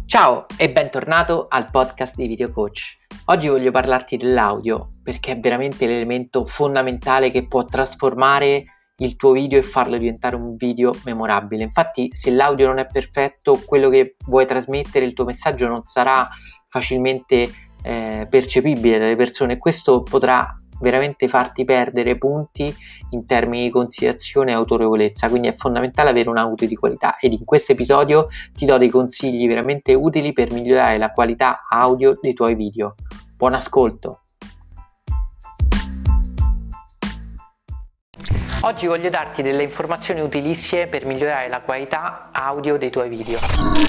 Ciao e bentornato al podcast di Video Coach. Oggi voglio parlarti dell'audio perché è veramente l'elemento fondamentale che può trasformare il tuo video e farlo diventare un video memorabile. Infatti, se l'audio non è perfetto, quello che vuoi trasmettere, il tuo messaggio non sarà facilmente percepibile dalle persone e questo potrà veramente farti perdere punti in termini di considerazione e autorevolezza. Quindi è fondamentale avere un audio di qualità ed in questo episodio ti do dei consigli veramente utili per migliorare la qualità audio dei tuoi video. Buon ascolto! Oggi voglio darti delle informazioni utilissime per migliorare la qualità audio dei tuoi video.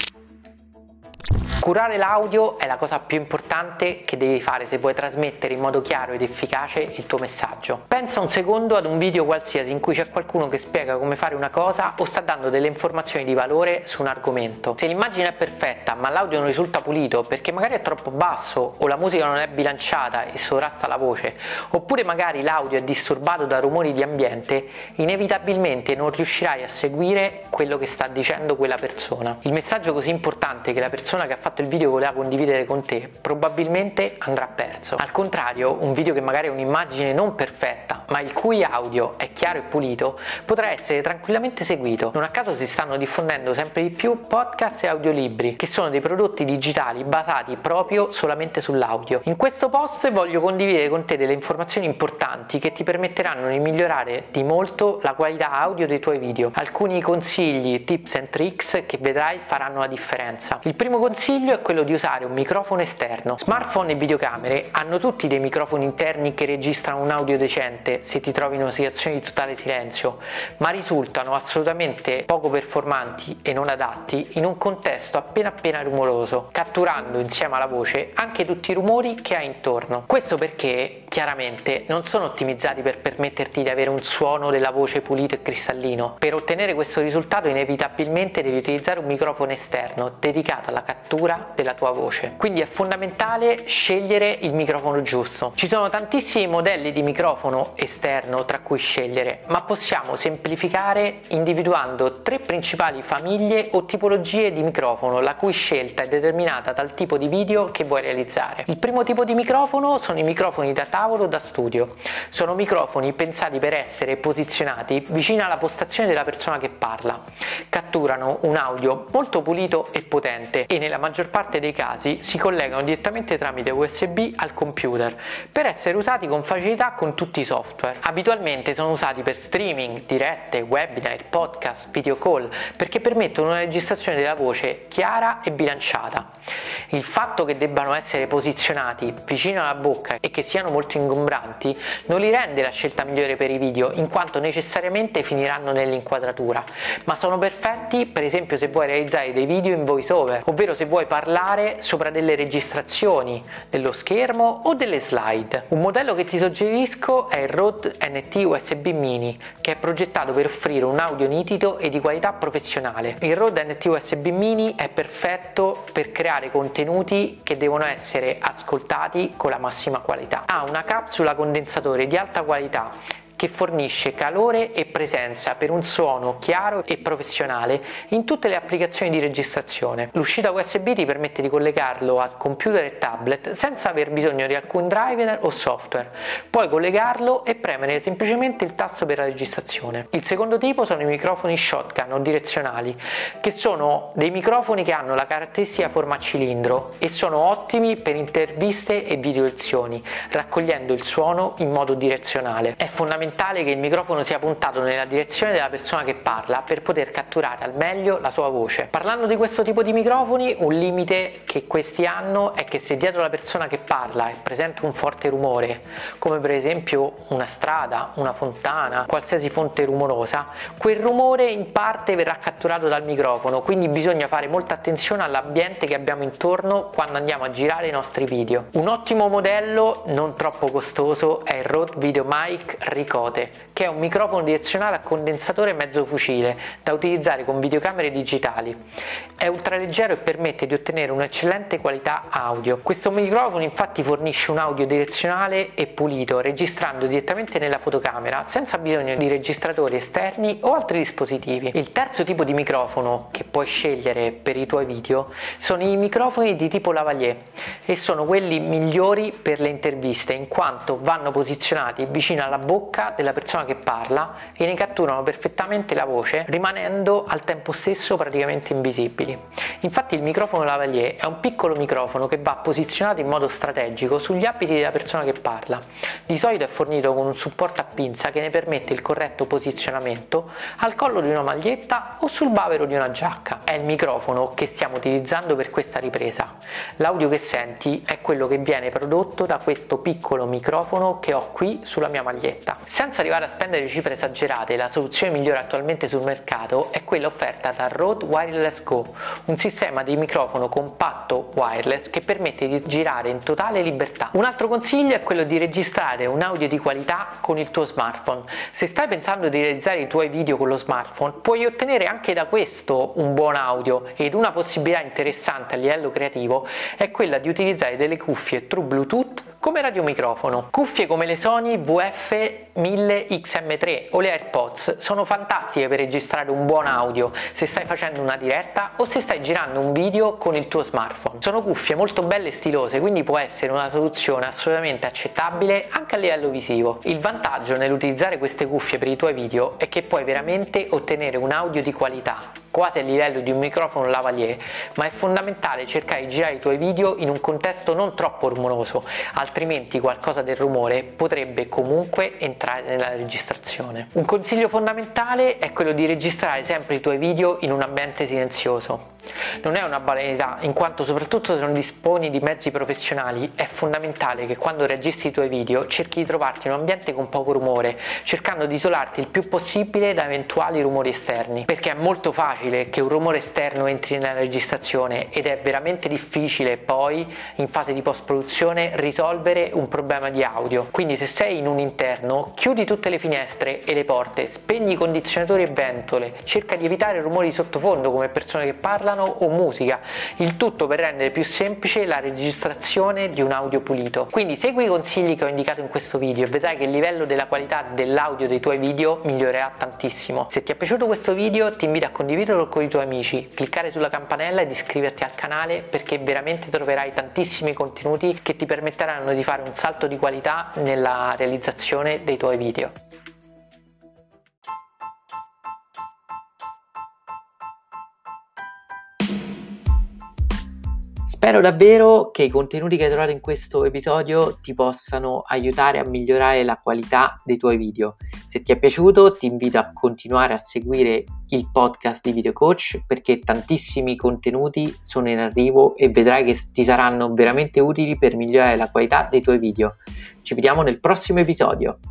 Curare l'audio è la cosa più importante che devi fare se vuoi trasmettere in modo chiaro ed efficace il tuo messaggio. Pensa un secondo ad un video qualsiasi in cui c'è qualcuno che spiega come fare una cosa o sta dando delle informazioni di valore su un argomento. Se l'immagine è perfetta ma l'audio non risulta pulito perché magari è troppo basso o la musica non è bilanciata e sovrasta la voce, oppure magari l'audio è disturbato da rumori di ambiente, inevitabilmente non riuscirai a seguire quello che sta dicendo quella persona. Il messaggio così importante che la persona che ha fatto il video voleva condividere con te probabilmente andrà perso. Al contrario, un video che magari è un'immagine non perfetta ma il cui audio è chiaro e pulito potrà essere tranquillamente seguito. Non a caso si stanno diffondendo sempre di più podcast e audiolibri, che sono dei prodotti digitali basati proprio solamente sull'audio. In questo post voglio condividere con te delle informazioni importanti che ti permetteranno di migliorare di molto la qualità audio dei tuoi video. Alcuni consigli, tips and tricks che vedrai faranno la differenza. Il primo consiglio è quello di usare un microfono esterno. Smartphone e videocamere hanno tutti dei microfoni interni che registrano un audio decente se ti trovi in una situazione di totale silenzio, ma risultano assolutamente poco performanti e non adatti in un contesto appena rumoroso, catturando insieme alla voce anche tutti i rumori che hai intorno. Questo perché chiaramente non sono ottimizzati per permetterti di avere un suono della voce pulito e cristallino. Per ottenere questo risultato inevitabilmente devi utilizzare un microfono esterno dedicato alla cattura della tua voce. Quindi è fondamentale scegliere il microfono giusto. Ci sono tantissimi modelli di microfono esterno tra cui scegliere, ma possiamo semplificare individuando 3 principali famiglie o tipologie di microfono, la cui scelta è determinata dal tipo di video che vuoi realizzare. Il primo tipo di microfono sono i microfoni da tavolo da studio. Sono microfoni pensati per essere posizionati vicino alla postazione della persona che parla. Catturano un audio molto pulito e potente e nella maggior parte dei casi si collegano direttamente tramite USB al computer per essere usati con facilità con tutti i software. Abitualmente sono usati per streaming, dirette, webinar, podcast, video call perché permettono una registrazione della voce chiara e bilanciata. Il fatto che debbano essere posizionati vicino alla bocca e che siano molto ingombranti non li rende la scelta migliore per i video in quanto necessariamente finiranno nell'inquadratura, ma sono perfetti per esempio se vuoi realizzare dei video in voice over, ovvero se vuoi parlare sopra delle registrazioni dello schermo o delle slide. Un modello che ti suggerisco è il Rode NT USB Mini, che è progettato per offrire un audio nitido e di qualità professionale. Il Rode NT USB Mini è perfetto per creare contenuti che devono essere ascoltati con la massima qualità. Ha una capsula condensatore di alta qualità che fornisce calore e presenza per un suono chiaro e professionale in tutte le applicazioni di registrazione. L'uscita USB ti permette di collegarlo a computer e tablet senza aver bisogno di alcun driver o software. Puoi collegarlo e premere semplicemente il tasto per la registrazione. Il secondo tipo sono i microfoni shotgun o direzionali, che sono dei microfoni che hanno la caratteristica forma a cilindro e sono ottimi per interviste e video lezioni, raccogliendo il suono in modo direzionale. È fondamentale che il microfono sia puntato nella direzione della persona che parla per poter catturare al meglio la sua voce. Parlando di questo tipo di microfoni, un limite che questi hanno è che se dietro la persona che parla è presente un forte rumore, come per esempio una strada, una fontana, qualsiasi fonte rumorosa, quel rumore in parte verrà catturato dal microfono, quindi bisogna fare molta attenzione all'ambiente che abbiamo intorno quando andiamo a girare i nostri video. Un ottimo modello, non troppo costoso, è il Rode VideoMic Recorder. Trifote, che è un microfono direzionale a condensatore mezzo fucile da utilizzare con videocamere digitali. È ultraleggero e permette di ottenere un'eccellente qualità audio. Questo microfono infatti fornisce un audio direzionale e pulito, registrando direttamente nella fotocamera senza bisogno di registratori esterni o altri dispositivi. Il terzo tipo di microfono che puoi scegliere per i tuoi video sono i microfoni di tipo lavalier, e sono quelli migliori per le interviste in quanto vanno posizionati vicino alla bocca della persona che parla e ne catturano perfettamente la voce, rimanendo al tempo stesso praticamente invisibili. Infatti il microfono lavalier è un piccolo microfono che va posizionato in modo strategico sugli abiti della persona che parla. Di solito è fornito con un supporto a pinza che ne permette il corretto posizionamento al collo di una maglietta o sul bavero di una giacca. È il microfono che stiamo utilizzando per questa ripresa. L'audio che senti è quello che viene prodotto da questo piccolo microfono che ho qui sulla mia maglietta. Senza arrivare a spendere cifre esagerate, la soluzione migliore attualmente sul mercato è quella offerta da Rode Wireless Go, un sistema di microfono compatto wireless che permette di girare in totale libertà. Un altro consiglio è quello di registrare un audio di qualità con il tuo smartphone. Se stai pensando di realizzare i tuoi video con lo smartphone, puoi ottenere anche da questo un buon audio, ed una possibilità interessante a livello creativo è quella di utilizzare delle cuffie True Bluetooth come radiomicrofono. Cuffie come le Sony VF1000XM3 o le AirPods sono fantastiche per registrare un buon audio se stai facendo una diretta o se stai girando un video con il tuo smartphone. Sono cuffie molto belle e stilose, quindi può essere una soluzione assolutamente accettabile anche a livello visivo. Il vantaggio nell'utilizzare queste cuffie per i tuoi video è che puoi veramente ottenere un audio di qualità, quasi a livello di un microfono lavalier, ma è fondamentale cercare di girare i tuoi video in un contesto non troppo rumoroso, altrimenti qualcosa del rumore potrebbe comunque entrare nella registrazione. Un consiglio fondamentale è quello di registrare sempre i tuoi video in un ambiente silenzioso. Non è una banalità, in quanto soprattutto se non disponi di mezzi professionali è fondamentale che quando registri i tuoi video cerchi di trovarti in un ambiente con poco rumore, cercando di isolarti il più possibile da eventuali rumori esterni, perché è molto facile che un rumore esterno entri nella registrazione ed è veramente difficile poi in fase di post produzione risolvere un problema di audio. Quindi se sei in un interno, chiudi tutte le finestre e le porte, spegni i condizionatori e ventole, cerca di evitare rumori di sottofondo come persone che parlano o musica, il tutto per rendere più semplice la registrazione di un audio pulito. Quindi segui i consigli che ho indicato in questo video e vedrai che il livello della qualità dell'audio dei tuoi video migliorerà tantissimo. Se ti è piaciuto questo video ti invito a condividerlo con i tuoi amici, cliccare sulla campanella ed iscriverti al canale, perché veramente troverai tantissimi contenuti che ti permetteranno di fare un salto di qualità nella realizzazione dei tuoi video. Spero davvero che i contenuti che hai trovato in questo episodio ti possano aiutare a migliorare la qualità dei tuoi video. Se ti è piaciuto ti invito a continuare a seguire il podcast di Video Coach, perché tantissimi contenuti sono in arrivo e vedrai che ti saranno veramente utili per migliorare la qualità dei tuoi video. Ci vediamo nel prossimo episodio.